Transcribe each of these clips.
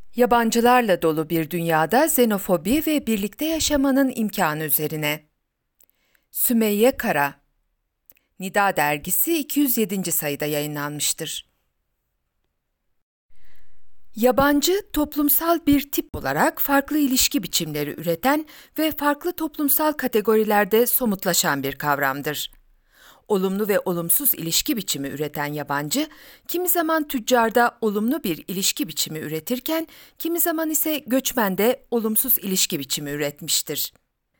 Yabancılarla dolu bir dünyada xenofobi ve birlikte yaşamanın imkanı üzerine. Sümeyye Kara, Nida Dergisi 207. sayıda yayınlanmıştır. Yabancı, toplumsal bir tip olarak farklı ilişki biçimleri üreten ve farklı toplumsal kategorilerde somutlaşan bir kavramdır. Olumlu ve olumsuz ilişki biçimi üreten yabancı, kimi zaman tüccarda olumlu bir ilişki biçimi üretirken, kimi zaman ise göçmende olumsuz ilişki biçimi üretmiştir.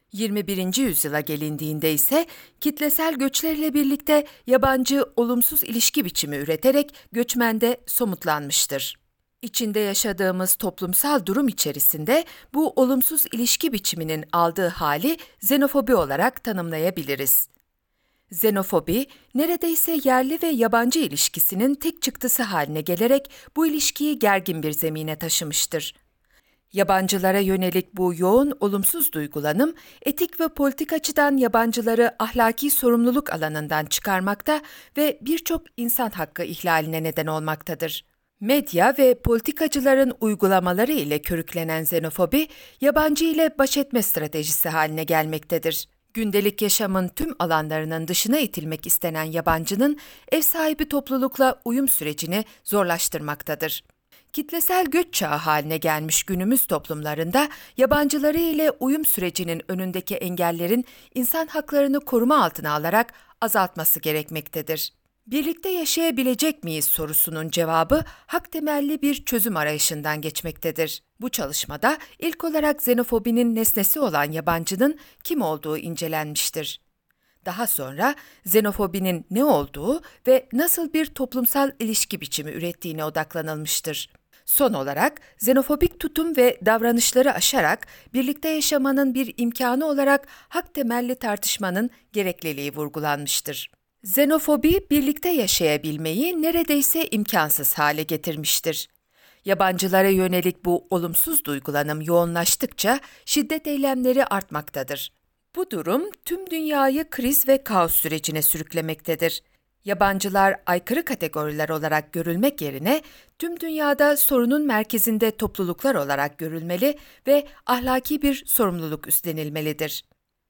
21. yüzyıla gelindiğinde ise kitlesel göçlerle birlikte yabancı olumsuz ilişki biçimi üreterek göçmende somutlanmıştır. İçinde yaşadığımız toplumsal durum içerisinde bu olumsuz ilişki biçiminin aldığı hali xenofobi olarak tanımlayabiliriz. Xenofobi, neredeyse yerli ve yabancı ilişkisinin tek çıktısı haline gelerek bu ilişkiyi gergin bir zemine taşımıştır. Yabancılara yönelik bu yoğun olumsuz duygulanım, etik ve politik açıdan yabancıları ahlaki sorumluluk alanından çıkarmakta ve birçok insan hakkı ihlaline neden olmaktadır. Medya ve politikacıların uygulamaları ile körüklenen xenofobi, yabancı ile baş etme stratejisi haline gelmektedir. Gündelik yaşamın tüm alanlarının dışına itilmek istenen yabancının ev sahibi toplulukla uyum sürecini zorlaştırmaktadır. Kitlesel göç çağı haline gelmiş günümüz toplumlarında yabancıları ile uyum sürecinin önündeki engellerin insan haklarını koruma altına alarak azaltması gerekmektedir. Birlikte yaşayabilecek miyiz sorusunun cevabı hak temelli bir çözüm arayışından geçmektedir. Bu çalışmada ilk olarak xenofobinin nesnesi olan yabancının kim olduğu incelenmiştir. Daha sonra xenofobinin ne olduğu ve nasıl bir toplumsal ilişki biçimi ürettiğine odaklanılmıştır. Son olarak xenofobik tutum ve davranışları aşarak birlikte yaşamanın bir imkanı olarak hak temelli tartışmanın gerekliliği vurgulanmıştır. Xenofobi, birlikte yaşayabilmeyi neredeyse imkansız hale getirmiştir. Yabancılara yönelik bu olumsuz duygulanım yoğunlaştıkça şiddet eylemleri artmaktadır. Bu durum tüm dünyayı kriz ve kaos sürecine sürüklemektedir. Yabancılar aykırı kategoriler olarak görülmek yerine tüm dünyada sorunun merkezinde topluluklar olarak görülmeli ve ahlaki bir sorumluluk üstlenilmelidir.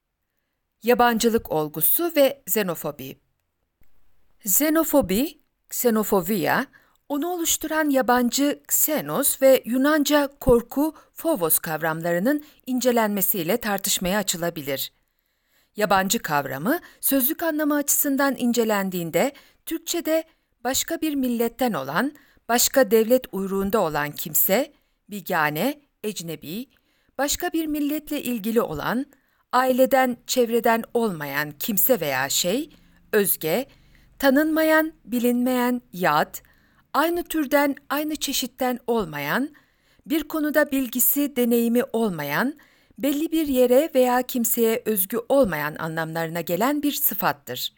Yabancılık olgusu ve xenofobi. Xenofobi, xenofobia, onu oluşturan yabancı xenos ve Yunanca korku, phobos kavramlarının incelenmesiyle tartışmaya açılabilir. Yabancı kavramı, sözlük anlamı açısından incelendiğinde, Türkçe'de başka bir milletten olan, başka devlet uyruğunda olan kimse, bigane, ecnebi, başka bir milletle ilgili olan, aileden, çevreden olmayan kimse veya şey, özge, tanınmayan, bilinmeyen yad, aynı türden, aynı çeşitten olmayan, bir konuda bilgisi, deneyimi olmayan, belli bir yere veya kimseye özgü olmayan anlamlarına gelen bir sıfattır.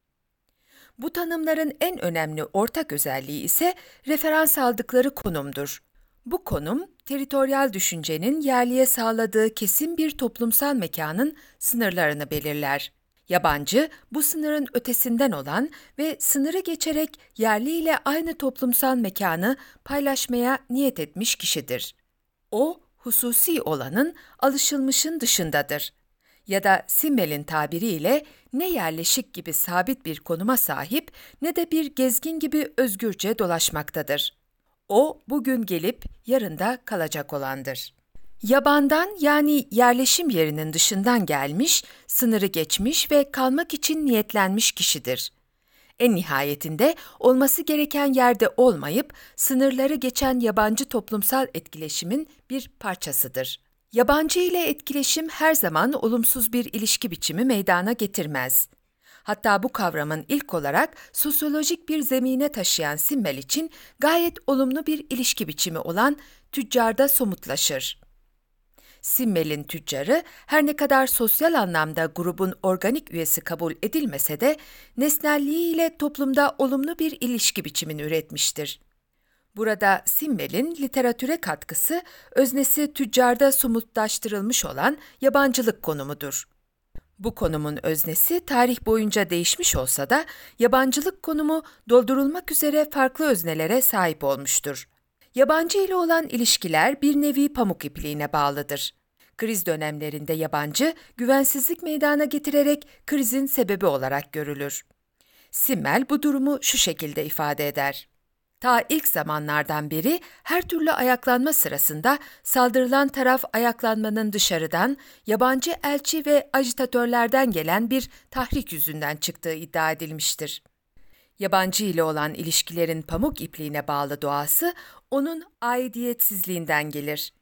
Bu tanımların en önemli ortak özelliği ise referans aldıkları konumdur. Bu konum, teritoryal düşüncenin yerliye sağladığı kesin bir toplumsal mekanın sınırlarını belirler. Yabancı, bu sınırın ötesinden olan ve sınırı geçerek yerli ile aynı toplumsal mekanı paylaşmaya niyet etmiş kişidir. O, hususi olanın, alışılmışın dışındadır. Ya da Simmel'in tabiriyle ne yerleşik gibi sabit bir konuma sahip ne de bir gezgin gibi özgürce dolaşmaktadır. O, bugün gelip yarın da kalacak olandır. Yabandan yani yerleşim yerinin dışından gelmiş, sınırı geçmiş ve kalmak için niyetlenmiş kişidir. En nihayetinde olması gereken yerde olmayıp sınırları geçen yabancı toplumsal etkileşimin bir parçasıdır. Yabancı ile etkileşim her zaman olumsuz bir ilişki biçimi meydana getirmez. Hatta bu kavramın ilk olarak sosyolojik bir zemine taşıyan Simmel için gayet olumlu bir ilişki biçimi olan tüccarda somutlaşır. Simmel'in tüccarı her ne kadar sosyal anlamda grubun organik üyesi kabul edilmese de nesnelliğiyle toplumda olumlu bir ilişki biçimini üretmiştir. Burada Simmel'in literatüre katkısı öznesi tüccarda somutlaştırılmış olan yabancılık konumudur. Bu konumun öznesi tarih boyunca değişmiş olsa da yabancılık konumu doldurulmak üzere farklı öznelere sahip olmuştur. Yabancı ile olan ilişkiler bir nevi pamuk ipliğine bağlıdır. Kriz dönemlerinde yabancı, güvensizlik meydana getirerek krizin sebebi olarak görülür. Simmel bu durumu şu şekilde ifade eder. Ta ilk zamanlardan beri her türlü ayaklanma sırasında saldırılan taraf ayaklanmanın dışarıdan, yabancı elçi ve ajitatörlerden gelen bir tahrik yüzünden çıktığı iddia edilmiştir. Yabancı ile olan ilişkilerin pamuk ipliğine bağlı doğası, onun aidiyetsizliğinden gelir.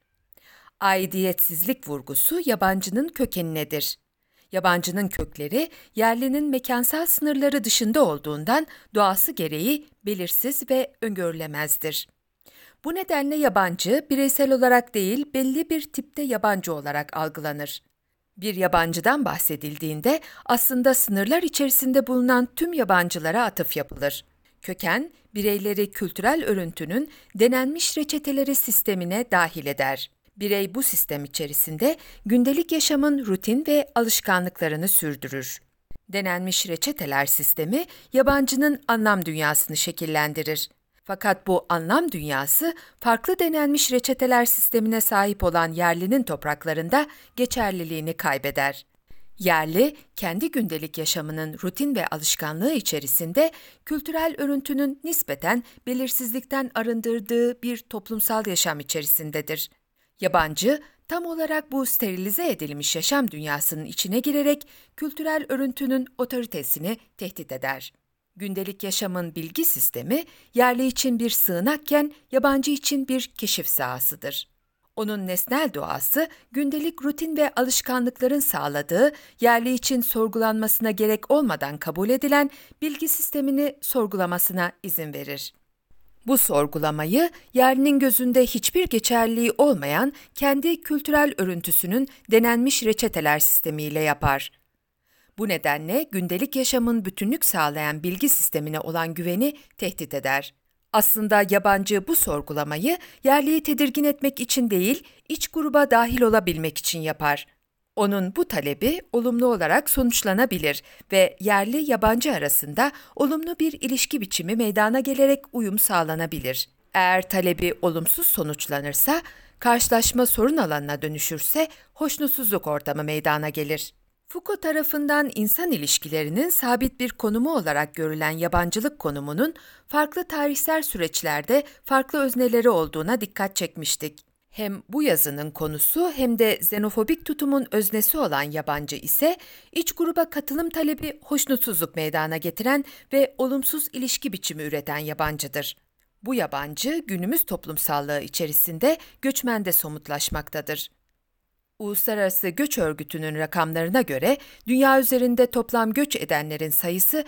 Aidiyetsizlik vurgusu yabancının kökeninedir. Yabancının kökleri, yerlinin mekansal sınırları dışında olduğundan doğası gereği belirsiz ve öngörülemezdir. Bu nedenle yabancı, bireysel olarak değil, belli bir tipte yabancı olarak algılanır. Bir yabancıdan bahsedildiğinde aslında sınırlar içerisinde bulunan tüm yabancılara atıf yapılır. Köken, bireyleri kültürel örüntünün denenmiş reçeteleri sistemine dahil eder. Birey bu sistem içerisinde gündelik yaşamın rutin ve alışkanlıklarını sürdürür. Denenmiş reçeteler sistemi, yabancının anlam dünyasını şekillendirir. Fakat bu anlam dünyası, farklı denenmiş reçeteler sistemine sahip olan yerlinin topraklarında geçerliliğini kaybeder. Yerli, kendi gündelik yaşamının rutin ve alışkanlığı içerisinde kültürel örüntünün nispeten belirsizlikten arındırdığı bir toplumsal yaşam içerisindedir. Yabancı, tam olarak bu sterilize edilmiş yaşam dünyasının içine girerek kültürel örüntünün otoritesini tehdit eder. Gündelik yaşamın bilgi sistemi, yerli için bir sığınakken yabancı için bir keşif sahasıdır. Onun nesnel doğası, gündelik rutin ve alışkanlıkların sağladığı, yerli için sorgulanmasına gerek olmadan kabul edilen bilgi sistemini sorgulamasına izin verir. Bu sorgulamayı, yerlinin gözünde hiçbir geçerliliği olmayan kendi kültürel örüntüsünün denenmiş reçeteler sistemiyle yapar. Bu nedenle gündelik yaşamın bütünlük sağlayan bilgi sistemine olan güveni tehdit eder. Aslında yabancı bu sorgulamayı yerliyi tedirgin etmek için değil, iç gruba dahil olabilmek için yapar. Onun bu talebi olumlu olarak sonuçlanabilir ve yerli-yabancı arasında olumlu bir ilişki biçimi meydana gelerek uyum sağlanabilir. Eğer talebi olumsuz sonuçlanırsa, karşılaşma sorun alanına dönüşürse hoşnutsuzluk ortamı meydana gelir. Foucault tarafından insan ilişkilerinin sabit bir konumu olarak görülen yabancılık konumunun farklı tarihsel süreçlerde farklı özneleri olduğuna dikkat çekmiştik. Hem bu yazının konusu hem de xenofobik tutumun öznesi olan yabancı ise iç gruba katılım talebi hoşnutsuzluk meydana getiren ve olumsuz ilişki biçimi üreten yabancıdır. Bu yabancı günümüz toplumsallığı içerisinde göçmende somutlaşmaktadır. Uluslararası Göç Örgütü'nün rakamlarına göre dünya üzerinde toplam göç edenlerin sayısı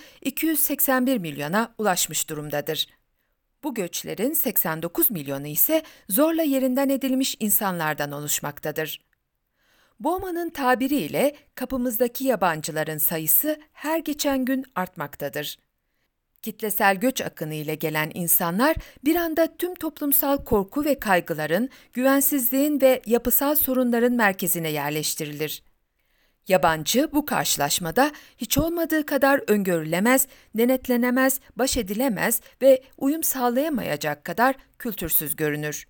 281 milyona ulaşmış durumdadır. Bu göçlerin 89 milyonu ise zorla yerinden edilmiş insanlardan oluşmaktadır. Bowman'ın tabiriyle kapımızdaki yabancıların sayısı her geçen gün artmaktadır. Kitlesel göç akını ile gelen insanlar bir anda tüm toplumsal korku ve kaygıların, güvensizliğin ve yapısal sorunların merkezine yerleştirilir. Yabancı bu karşılaşmada hiç olmadığı kadar öngörülemez, denetlenemez, baş edilemez ve uyum sağlayamayacak kadar kültürsüz görünür.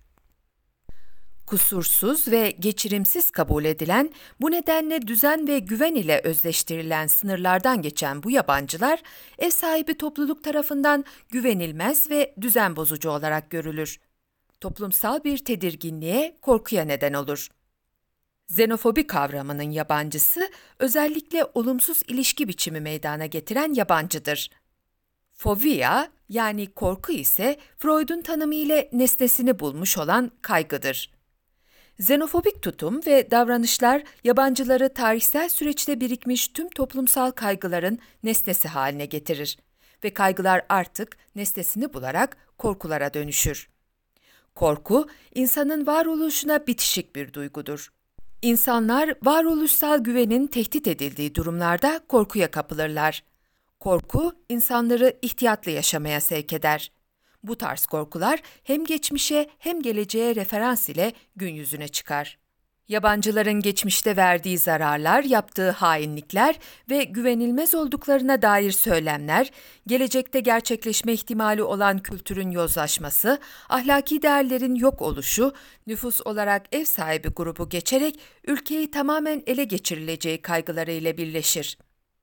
Kusursuz ve geçirimsiz kabul edilen, bu nedenle düzen ve güven ile özdeştirilen sınırlardan geçen bu yabancılar, ev sahibi topluluk tarafından güvenilmez ve düzen bozucu olarak görülür. Toplumsal bir tedirginliğe, korkuya neden olur. Xenofobi kavramının yabancısı, özellikle olumsuz ilişki biçimi meydana getiren yabancıdır. Fobia, yani korku ise Freud'un tanımı ile nesnesini bulmuş olan kaygıdır. Xenofobik tutum ve davranışlar, yabancıları tarihsel süreçte birikmiş tüm toplumsal kaygıların nesnesi haline getirir ve kaygılar artık nesnesini bularak korkulara dönüşür. Korku, insanın varoluşuna bitişik bir duygudur. İnsanlar, varoluşsal güvenin tehdit edildiği durumlarda korkuya kapılırlar. Korku, insanları ihtiyatlı yaşamaya sevk eder. Bu tarz korkular hem geçmişe hem geleceğe referans ile gün yüzüne çıkar. Yabancıların geçmişte verdiği zararlar, yaptığı hainlikler ve güvenilmez olduklarına dair söylemler, gelecekte gerçekleşme ihtimali olan kültürün yozlaşması, ahlaki değerlerin yok oluşu, nüfus olarak ev sahibi grubu geçerek ülkeyi tamamen ele geçirileceği kaygılarıyla birleşir.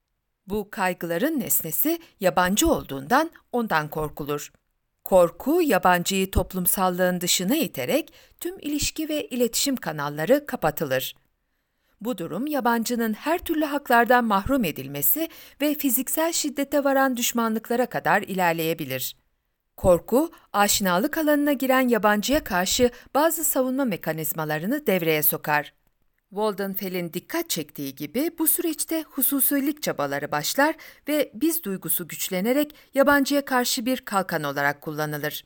Bu kaygıların nesnesi yabancı olduğundan ondan korkulur. Korku, yabancıyı toplumsallığın dışına iterek tüm ilişki ve iletişim kanalları kapatılır. Bu durum, yabancının her türlü haklardan mahrum edilmesi ve fiziksel şiddete varan düşmanlıklara kadar ilerleyebilir. Korku, aşinalık alanına giren yabancıya karşı bazı savunma mekanizmalarını devreye sokar. Waldenfell'in dikkat çektiği gibi bu süreçte hususilik çabaları başlar ve biz duygusu güçlenerek yabancıya karşı bir kalkan olarak kullanılır.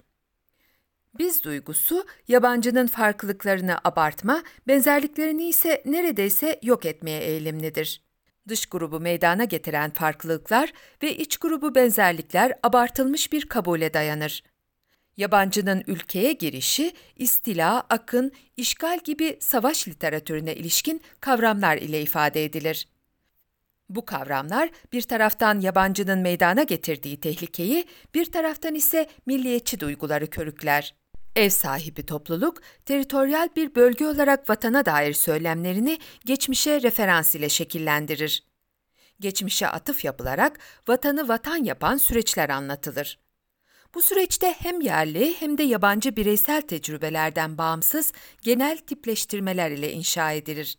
Biz duygusu, yabancının farklılıklarını abartma, benzerliklerini ise neredeyse yok etmeye eğilimlidir. Dış grubu meydana getiren farklılıklar ve iç grubu benzerlikler abartılmış bir kabule dayanır. Yabancının ülkeye girişi, istila, akın, işgal gibi savaş literatürüne ilişkin kavramlar ile ifade edilir. Bu kavramlar bir taraftan yabancının meydana getirdiği tehlikeyi, bir taraftan ise milliyetçi duyguları körükler. Ev sahibi topluluk, teritoryal bir bölge olarak vatana dair söylemlerini geçmişe referans ile şekillendirir. Geçmişe atıf yapılarak vatanı vatan yapan süreçler anlatılır. Bu süreçte hem yerli hem de yabancı bireysel tecrübelerden bağımsız genel tipleştirmeler ile inşa edilir.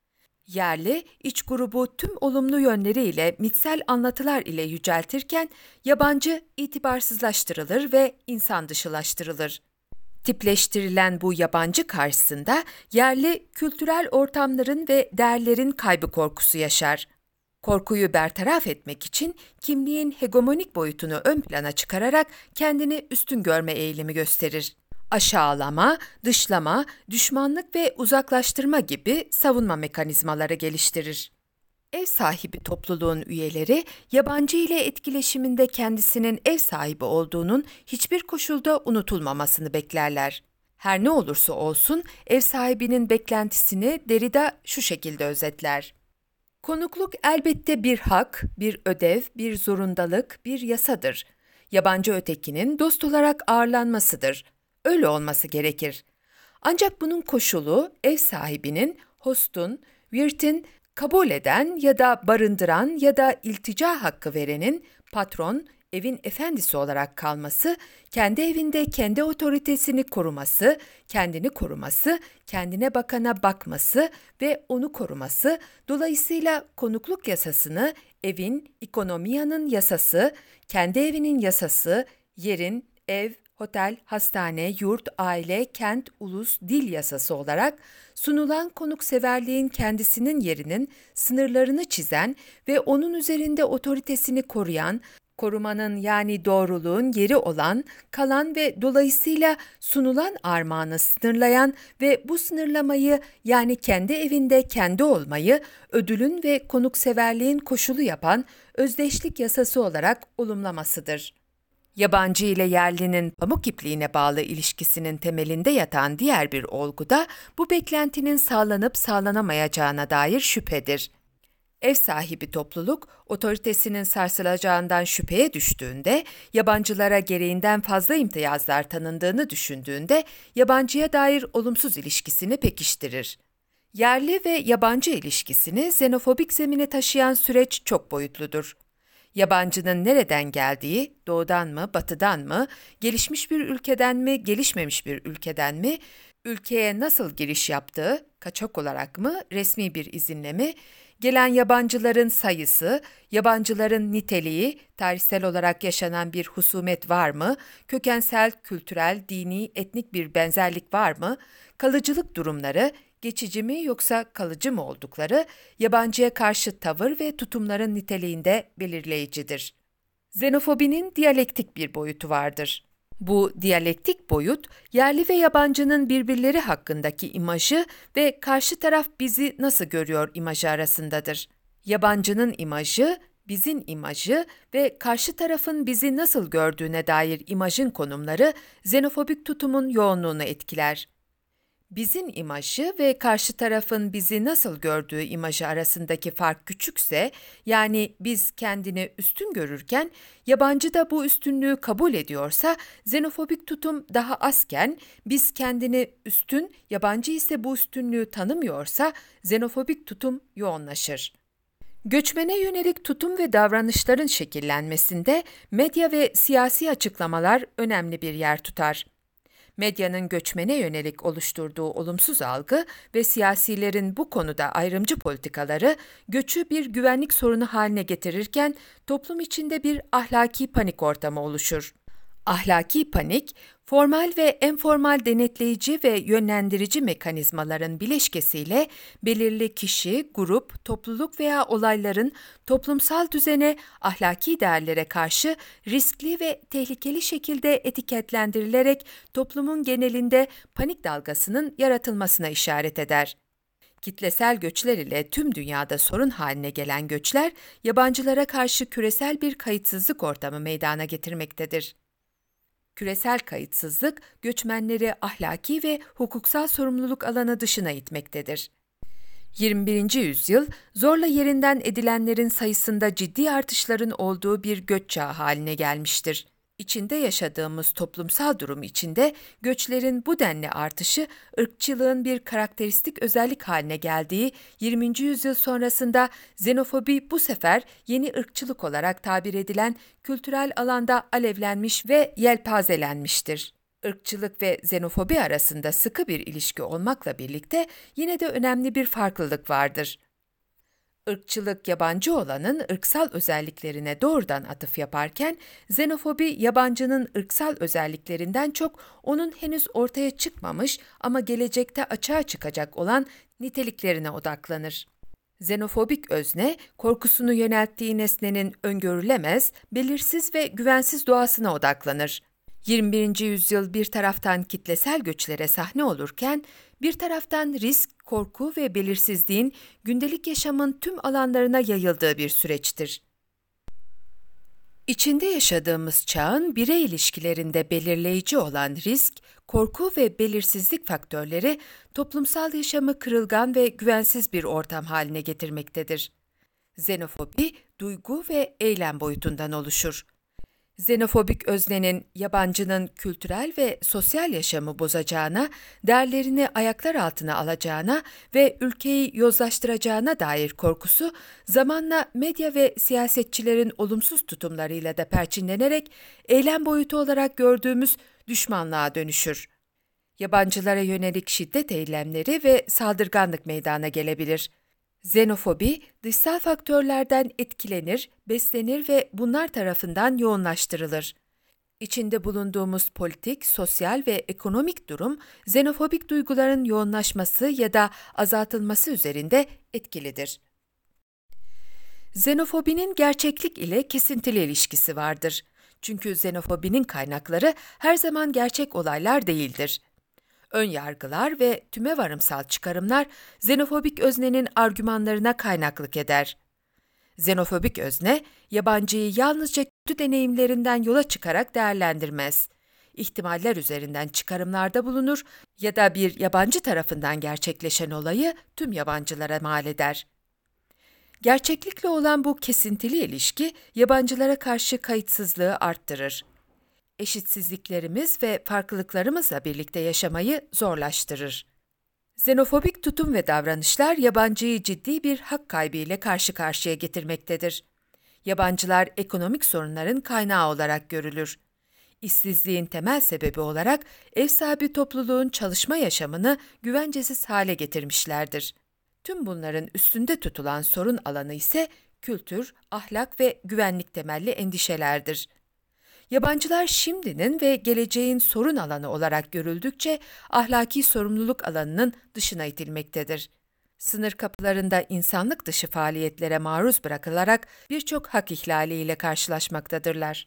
Yerli, iç grubu tüm olumlu yönleriyle mitsel anlatılar ile yüceltirken, yabancı itibarsızlaştırılır ve insan dışılaştırılır. Tipleştirilen bu yabancı karşısında yerli kültürel ortamların ve değerlerin kaybı korkusu yaşar. Korkuyu bertaraf etmek için kimliğin hegemonik boyutunu ön plana çıkararak kendini üstün görme eğilimi gösterir. Aşağılama, dışlama, düşmanlık ve uzaklaştırma gibi savunma mekanizmaları geliştirir. Ev sahibi topluluğun üyeleri, yabancı ile etkileşiminde kendisinin ev sahibi olduğunun hiçbir koşulda unutulmamasını beklerler. Her ne olursa olsun, ev sahibinin beklentisini Derrida şu şekilde özetler. Konukluk elbette bir hak, bir ödev, bir zorundalık, bir yasadır. Yabancı ötekinin dost olarak ağırlanmasıdır. Öyle olması gerekir. Ancak bunun koşulu ev sahibinin, hostun, wirtin, kabul eden ya da barındıran ya da iltica hakkı verenin, patron, evin efendisi olarak kalması, kendi evinde kendi otoritesini koruması, kendini koruması, kendine bakana bakması ve onu koruması, dolayısıyla konukluk yasasını evin, ekonomiyanın yasası, kendi evinin yasası, yerin, ev, otel, hastane, yurt, aile, kent, ulus, dil yasası olarak sunulan konukseverliğin kendisinin yerinin sınırlarını çizen ve onun üzerinde otoritesini koruyan, korumanın yani doğruluğun yeri olan, kalan ve dolayısıyla sunulan armağanı sınırlayan ve bu sınırlamayı yani kendi evinde kendi olmayı ödülün ve konukseverliğin koşulu yapan özdeşlik yasası olarak olumlamasıdır. Yabancı ile yerlinin pamuk ipliğine bağlı ilişkisinin temelinde yatan diğer bir olgu da bu beklentinin sağlanıp sağlanamayacağına dair şüphedir. Ev sahibi topluluk, otoritesinin sarsılacağından şüpheye düştüğünde, yabancılara gereğinden fazla imtiyazlar tanındığını düşündüğünde, yabancıya dair olumsuz ilişkisini pekiştirir. Yerli ve yabancı ilişkisini xenofobik zemine taşıyan süreç çok boyutludur. Yabancının nereden geldiği, doğudan mı, batıdan mı, gelişmiş bir ülkeden mi, gelişmemiş bir ülkeden mi, ülkeye nasıl giriş yaptığı, kaçak olarak mı, resmi bir izinle mi, gelen yabancıların sayısı, yabancıların niteliği, tarihsel olarak yaşanan bir husumet var mı, kökensel, kültürel, dini, etnik bir benzerlik var mı, kalıcılık durumları, geçici mi yoksa kalıcı mı oldukları, yabancıya karşı tavır ve tutumların niteliğinde belirleyicidir. Xenofobinin diyalektik bir boyutu vardır. Bu diyalektik boyut, yerli ve yabancının birbirleri hakkındaki imajı ve karşı taraf bizi nasıl görüyor imajı arasındadır. Yabancının imajı, bizin imajı ve karşı tarafın bizi nasıl gördüğüne dair imajın konumları, xenofobik tutumun yoğunluğunu etkiler. Bizim imajı ve karşı tarafın bizi nasıl gördüğü imajı arasındaki fark küçükse, yani biz kendini üstün görürken yabancı da bu üstünlüğü kabul ediyorsa, xenofobik tutum daha azken, biz kendini üstün, yabancı ise bu üstünlüğü tanımıyorsa, xenofobik tutum yoğunlaşır. Göçmene yönelik tutum ve davranışların şekillenmesinde medya ve siyasi açıklamalar önemli bir yer tutar. Medyanın göçmene yönelik oluşturduğu olumsuz algı ve siyasilerin bu konuda ayrımcı politikaları göçü bir güvenlik sorunu haline getirirken toplum içinde bir ahlaki panik ortamı oluşur. Ahlaki panik, formal ve enformal denetleyici ve yönlendirici mekanizmaların bileşkesiyle belirli kişi, grup, topluluk veya olayların toplumsal düzene, ahlaki değerlere karşı riskli ve tehlikeli şekilde etiketlendirilerek toplumun genelinde panik dalgasının yaratılmasına işaret eder. Kitlesel göçler ile tüm dünyada sorun haline gelen göçler, yabancılara karşı küresel bir kayıtsızlık ortamı meydana getirmektedir. Küresel kayıtsızlık, göçmenleri ahlaki ve hukuksal sorumluluk alanı dışına itmektedir. 21. yüzyıl, zorla yerinden edilenlerin sayısında ciddi artışların olduğu bir göç çağı haline gelmiştir. İçinde yaşadığımız toplumsal durum içinde göçlerin bu denli artışı, ırkçılığın bir karakteristik özellik haline geldiği 20. yüzyıl sonrasında xenofobi bu sefer yeni ırkçılık olarak tabir edilen kültürel alanda alevlenmiş ve yelpazelenmiştir. Irkçılık ve xenofobi arasında sıkı bir ilişki olmakla birlikte yine de önemli bir farklılık vardır. Irkçılık yabancı olanın ırksal özelliklerine doğrudan atıf yaparken, xenofobi yabancının ırksal özelliklerinden çok onun henüz ortaya çıkmamış ama gelecekte açığa çıkacak olan niteliklerine odaklanır. Xenofobik özne, korkusunu yönelttiği nesnenin öngörülemez, belirsiz ve güvensiz doğasına odaklanır. 21. yüzyıl bir taraftan kitlesel göçlere sahne olurken, bir taraftan risk, korku ve belirsizliğin gündelik yaşamın tüm alanlarına yayıldığı bir süreçtir. İçinde yaşadığımız çağın birey ilişkilerinde belirleyici olan risk, korku ve belirsizlik faktörleri toplumsal yaşamı kırılgan ve güvensiz bir ortam haline getirmektedir. Xenofobi, duygu ve eylem boyutundan oluşur. Xenofobik öznenin yabancının kültürel ve sosyal yaşamı bozacağına, değerlerini ayaklar altına alacağına ve ülkeyi yozlaştıracağına dair korkusu, zamanla medya ve siyasetçilerin olumsuz tutumlarıyla da perçinlenerek eylem boyutu olarak gördüğümüz düşmanlığa dönüşür. Yabancılara yönelik şiddet eylemleri ve saldırganlık meydana gelebilir. Xenofobi, dışsal faktörlerden etkilenir, beslenir ve bunlar tarafından yoğunlaştırılır. İçinde bulunduğumuz politik, sosyal ve ekonomik durum, xenofobik duyguların yoğunlaşması ya da azaltılması üzerinde etkilidir. Xenofobinin gerçeklik ile kesintili ilişkisi vardır. Çünkü xenofobinin kaynakları her zaman gerçek olaylar değildir. Önyargılar ve tümevarımsal çıkarımlar xenofobik öznenin argümanlarına kaynaklık eder. Xenofobik özne, yabancıyı yalnızca kötü deneyimlerinden yola çıkarak değerlendirmez. İhtimaller üzerinden çıkarımlarda bulunur ya da bir yabancı tarafından gerçekleşen olayı tüm yabancılara mal eder. Gerçeklikle olan bu kesintili ilişki, yabancılara karşı kayıtsızlığı arttırır. Eşitsizliklerimiz ve farklılıklarımızla birlikte yaşamayı zorlaştırır. Xenofobik tutum ve davranışlar yabancıyı ciddi bir hak kaybı ile karşı karşıya getirmektedir. Yabancılar ekonomik sorunların kaynağı olarak görülür. İşsizliğin temel sebebi olarak ev sahibi topluluğun çalışma yaşamını güvencesiz hale getirmişlerdir. Tüm bunların üstünde tutulan sorun alanı ise kültür, ahlak ve güvenlik temelli endişelerdir. Yabancılar şimdinin ve geleceğin sorun alanı olarak görüldükçe ahlaki sorumluluk alanının dışına itilmektedir. Sınır kapılarında insanlık dışı faaliyetlere maruz bırakılarak birçok hak ihlaliyle karşılaşmaktadırlar.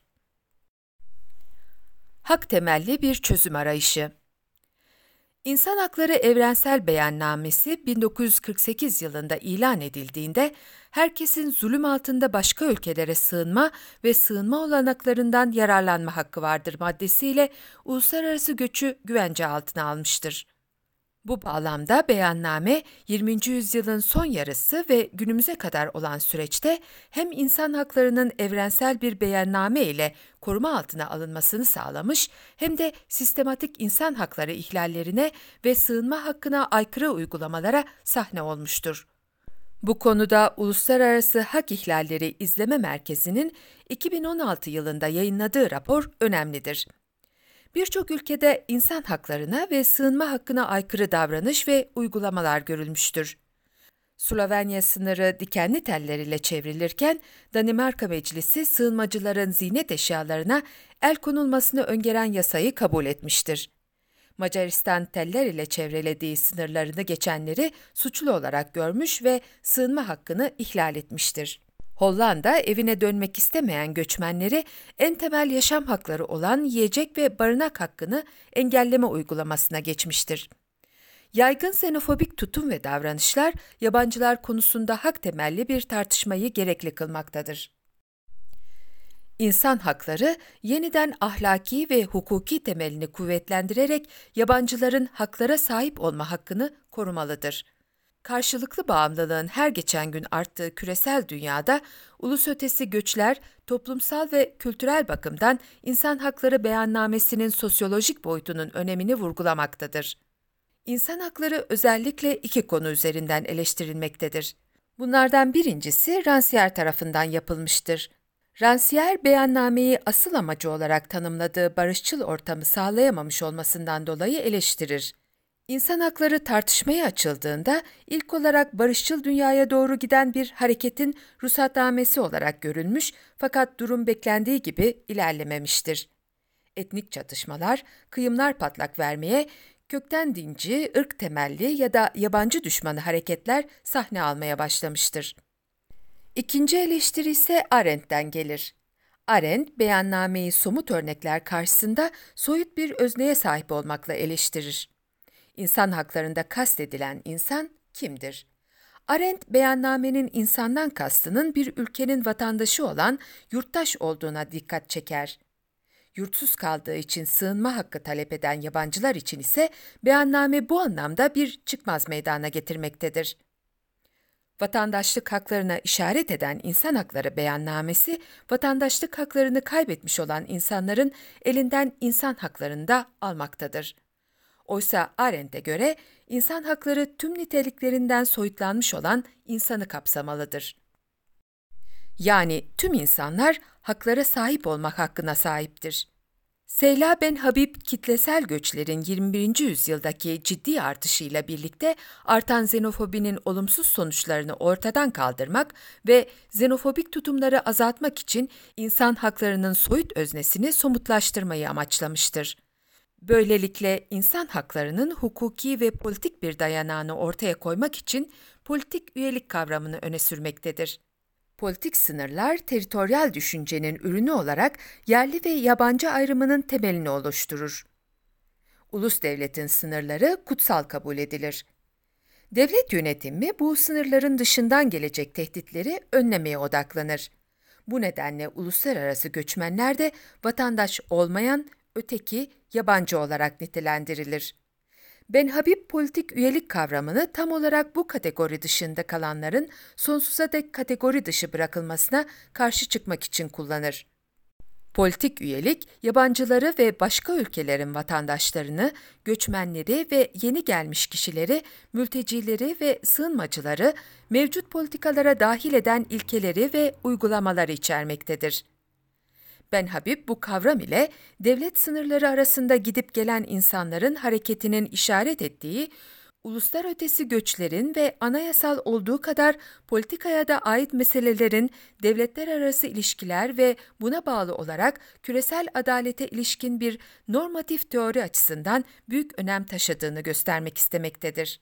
Hak temelli bir çözüm arayışı. İnsan Hakları Evrensel Beyannamesi 1948 yılında ilan edildiğinde, herkesin zulüm altında başka ülkelere sığınma ve sığınma olanaklarından yararlanma hakkı vardır maddesiyle uluslararası göçü güvence altına almıştır. Bu bağlamda beyanname, 20. yüzyılın son yarısı ve günümüze kadar olan süreçte hem insan haklarının evrensel bir beyanname ile koruma altına alınmasını sağlamış, hem de sistematik insan hakları ihlallerine ve sığınma hakkına aykırı uygulamalara sahne olmuştur. Bu konuda Uluslararası Hak İhlalleri İzleme Merkezi'nin 2016 yılında yayınladığı rapor önemlidir. Birçok ülkede insan haklarına ve sığınma hakkına aykırı davranış ve uygulamalar görülmüştür. Slovenya sınırı dikenli teller ile çevrilirken, Danimarka Meclisi sığınmacıların ziynet eşyalarına el konulmasını öngören yasayı kabul etmiştir. Macaristan teller ile çevrelediği sınırlarını geçenleri suçlu olarak görmüş ve sığınma hakkını ihlal etmiştir. Hollanda, evine dönmek istemeyen göçmenleri en temel yaşam hakları olan yiyecek ve barınak hakkını engelleme uygulamasına geçmiştir. Yaygın xenofobik tutum ve davranışlar, yabancılar konusunda hak temelli bir tartışmayı gerekli kılmaktadır. İnsan hakları, yeniden ahlaki ve hukuki temelini kuvvetlendirerek yabancıların haklara sahip olma hakkını korumalıdır. Karşılıklı bağımlılığın her geçen gün arttığı küresel dünyada, ulusötesi göçler, toplumsal ve kültürel bakımdan insan hakları beyannamesinin sosyolojik boyutunun önemini vurgulamaktadır. İnsan hakları özellikle iki konu üzerinden eleştirilmektedir. Bunlardan birincisi Rancière tarafından yapılmıştır. Rancière, beyannameyi asıl amacı olarak tanımladığı barışçıl ortamı sağlayamamış olmasından dolayı eleştirir. İnsan hakları tartışmaya açıldığında ilk olarak barışçıl dünyaya doğru giden bir hareketin ruhsatnamesi olarak görülmüş, fakat durum beklendiği gibi ilerlememiştir. Etnik çatışmalar, kıyımlar patlak vermeye, kökten dinci, ırk temelli ya da yabancı düşmanı hareketler sahne almaya başlamıştır. İkinci eleştiri ise Arendt'ten gelir. Arendt, beyannameyi somut örnekler karşısında soyut bir özneye sahip olmakla eleştirir. İnsan haklarında kastedilen insan kimdir? Arendt, beyannamenin insandan kastının bir ülkenin vatandaşı olan yurttaş olduğuna dikkat çeker. Yurtsuz kaldığı için sığınma hakkı talep eden yabancılar için ise beyanname bu anlamda bir çıkmaz meydana getirmektedir. Vatandaşlık haklarına işaret eden İnsan Hakları Beyannamesi, vatandaşlık haklarını kaybetmiş olan insanların elinden insan haklarını da almaktadır. Oysa Arendt'e göre insan hakları tüm niteliklerinden soyutlanmış olan insanı kapsamalıdır. Yani tüm insanlar haklara sahip olmak hakkına sahiptir. Seyla Ben Habib, kitlesel göçlerin 21. yüzyıldaki ciddi artışıyla birlikte artan xenofobinin olumsuz sonuçlarını ortadan kaldırmak ve xenofobik tutumları azaltmak için insan haklarının soyut öznesini somutlaştırmayı amaçlamıştır. Böylelikle insan haklarının hukuki ve politik bir dayanağını ortaya koymak için politik üyelik kavramını öne sürmektedir. Politik sınırlar, teritoryal düşüncenin ürünü olarak yerli ve yabancı ayrımının temelini oluşturur. Ulus devletin sınırları kutsal kabul edilir. Devlet yönetimi bu sınırların dışından gelecek tehditleri önlemeye odaklanır. Bu nedenle uluslararası göçmenler de vatandaş olmayan, öteki, yabancı olarak nitelendirilir. Ben Habib, politik üyelik kavramını tam olarak bu kategori dışında kalanların sonsuza dek kategori dışı bırakılmasına karşı çıkmak için kullanır. Politik üyelik, yabancıları ve başka ülkelerin vatandaşlarını, göçmenleri ve yeni gelmiş kişileri, mültecileri ve sığınmacıları mevcut politikalara dahil eden ilkeleri ve uygulamaları içermektedir. Ben Habib, bu kavram ile devlet sınırları arasında gidip gelen insanların hareketinin işaret ettiği, uluslar ötesi göçlerin ve anayasal olduğu kadar politikaya da ait meselelerin devletler arası ilişkiler ve buna bağlı olarak küresel adalete ilişkin bir normatif teori açısından büyük önem taşıdığını göstermek istemektedir.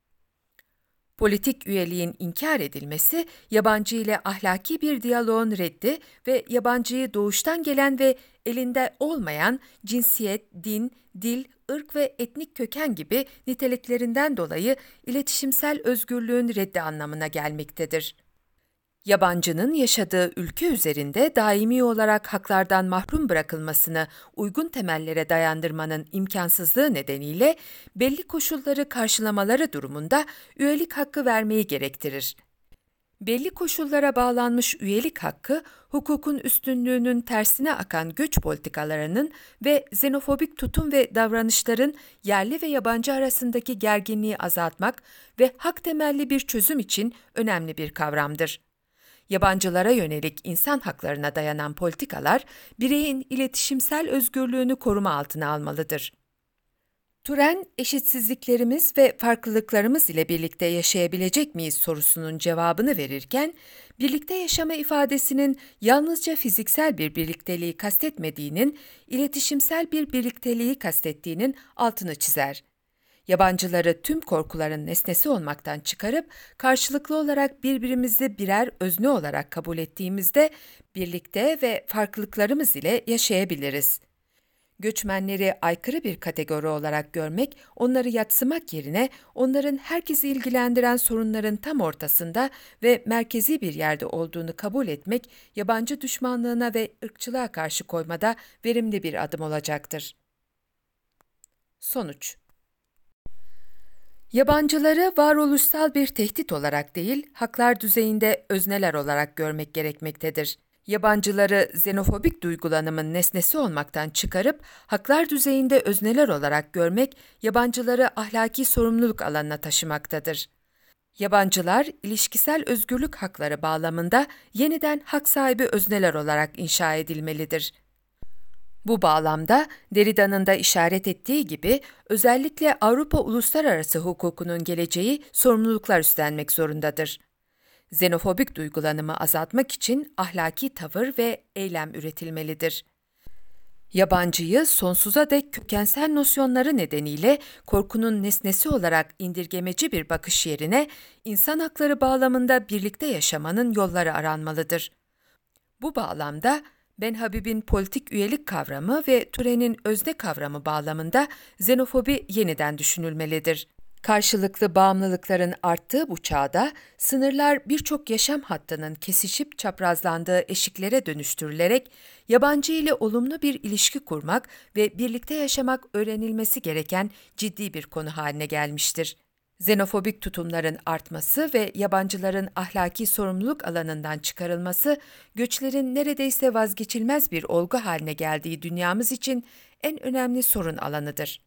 Politik üyeliğin inkar edilmesi, yabancı ile ahlaki bir diyaloğun reddi ve yabancıyı doğuştan gelen ve elinde olmayan cinsiyet, din, dil, ırk ve etnik köken gibi niteliklerinden dolayı iletişimsel özgürlüğün reddi anlamına gelmektedir. Yabancının yaşadığı ülke üzerinde daimi olarak haklardan mahrum bırakılmasını uygun temellere dayandırmanın imkansızlığı nedeniyle belli koşulları karşılamaları durumunda üyelik hakkı vermeyi gerektirir. Belli koşullara bağlanmış üyelik hakkı, hukukun üstünlüğünün tersine akan göç politikalarının ve xenofobik tutum ve davranışların yerli ve yabancı arasındaki gerginliği azaltmak ve hak temelli bir çözüm için önemli bir kavramdır. Yabancılara yönelik insan haklarına dayanan politikalar, bireyin iletişimsel özgürlüğünü koruma altına almalıdır. Turen, eşitsizliklerimiz ve farklılıklarımız ile birlikte yaşayabilecek miyiz sorusunun cevabını verirken, birlikte yaşama ifadesinin yalnızca fiziksel bir birlikteliği kastetmediğinin, iletişimsel bir birlikteliği kastettiğinin altını çizer. Yabancıları tüm korkuların nesnesi olmaktan çıkarıp, karşılıklı olarak birbirimizi birer özne olarak kabul ettiğimizde, birlikte ve farklılıklarımız ile yaşayabiliriz. Göçmenleri aykırı bir kategori olarak görmek, onları yadsımak yerine onların herkesi ilgilendiren sorunların tam ortasında ve merkezi bir yerde olduğunu kabul etmek, yabancı düşmanlığına ve ırkçılığa karşı koymada verimli bir adım olacaktır. Sonuç: yabancıları varoluşsal bir tehdit olarak değil, haklar düzeyinde özneler olarak görmek gerekmektedir. Yabancıları xenofobik duygulanımın nesnesi olmaktan çıkarıp, haklar düzeyinde özneler olarak görmek, yabancıları ahlaki sorumluluk alanına taşımaktadır. Yabancılar, ilişkisel özgürlük hakları bağlamında yeniden hak sahibi özneler olarak inşa edilmelidir. Bu bağlamda, Derrida'nın da işaret ettiği gibi, özellikle Avrupa uluslararası hukukunun geleceği sorumluluklar üstlenmek zorundadır. Xenofobik duygulanımı azaltmak için ahlaki tavır ve eylem üretilmelidir. Yabancıyı sonsuza dek kökensel nosyonları nedeniyle korkunun nesnesi olarak indirgemeci bir bakış yerine, insan hakları bağlamında birlikte yaşamanın yolları aranmalıdır. Bu bağlamda, Benhabib'in politik üyelik kavramı ve Turen'in özne kavramı bağlamında xenofobi yeniden düşünülmelidir. Karşılıklı bağımlılıkların arttığı bu çağda, sınırlar birçok yaşam hattının kesişip çaprazlandığı eşiklere dönüştürülerek, yabancı ile olumlu bir ilişki kurmak ve birlikte yaşamak öğrenilmesi gereken ciddi bir konu haline gelmiştir. Xenofobik tutumların artması ve yabancıların ahlaki sorumluluk alanından çıkarılması, göçlerin neredeyse vazgeçilmez bir olgu haline geldiği dünyamız için en önemli sorun alanıdır.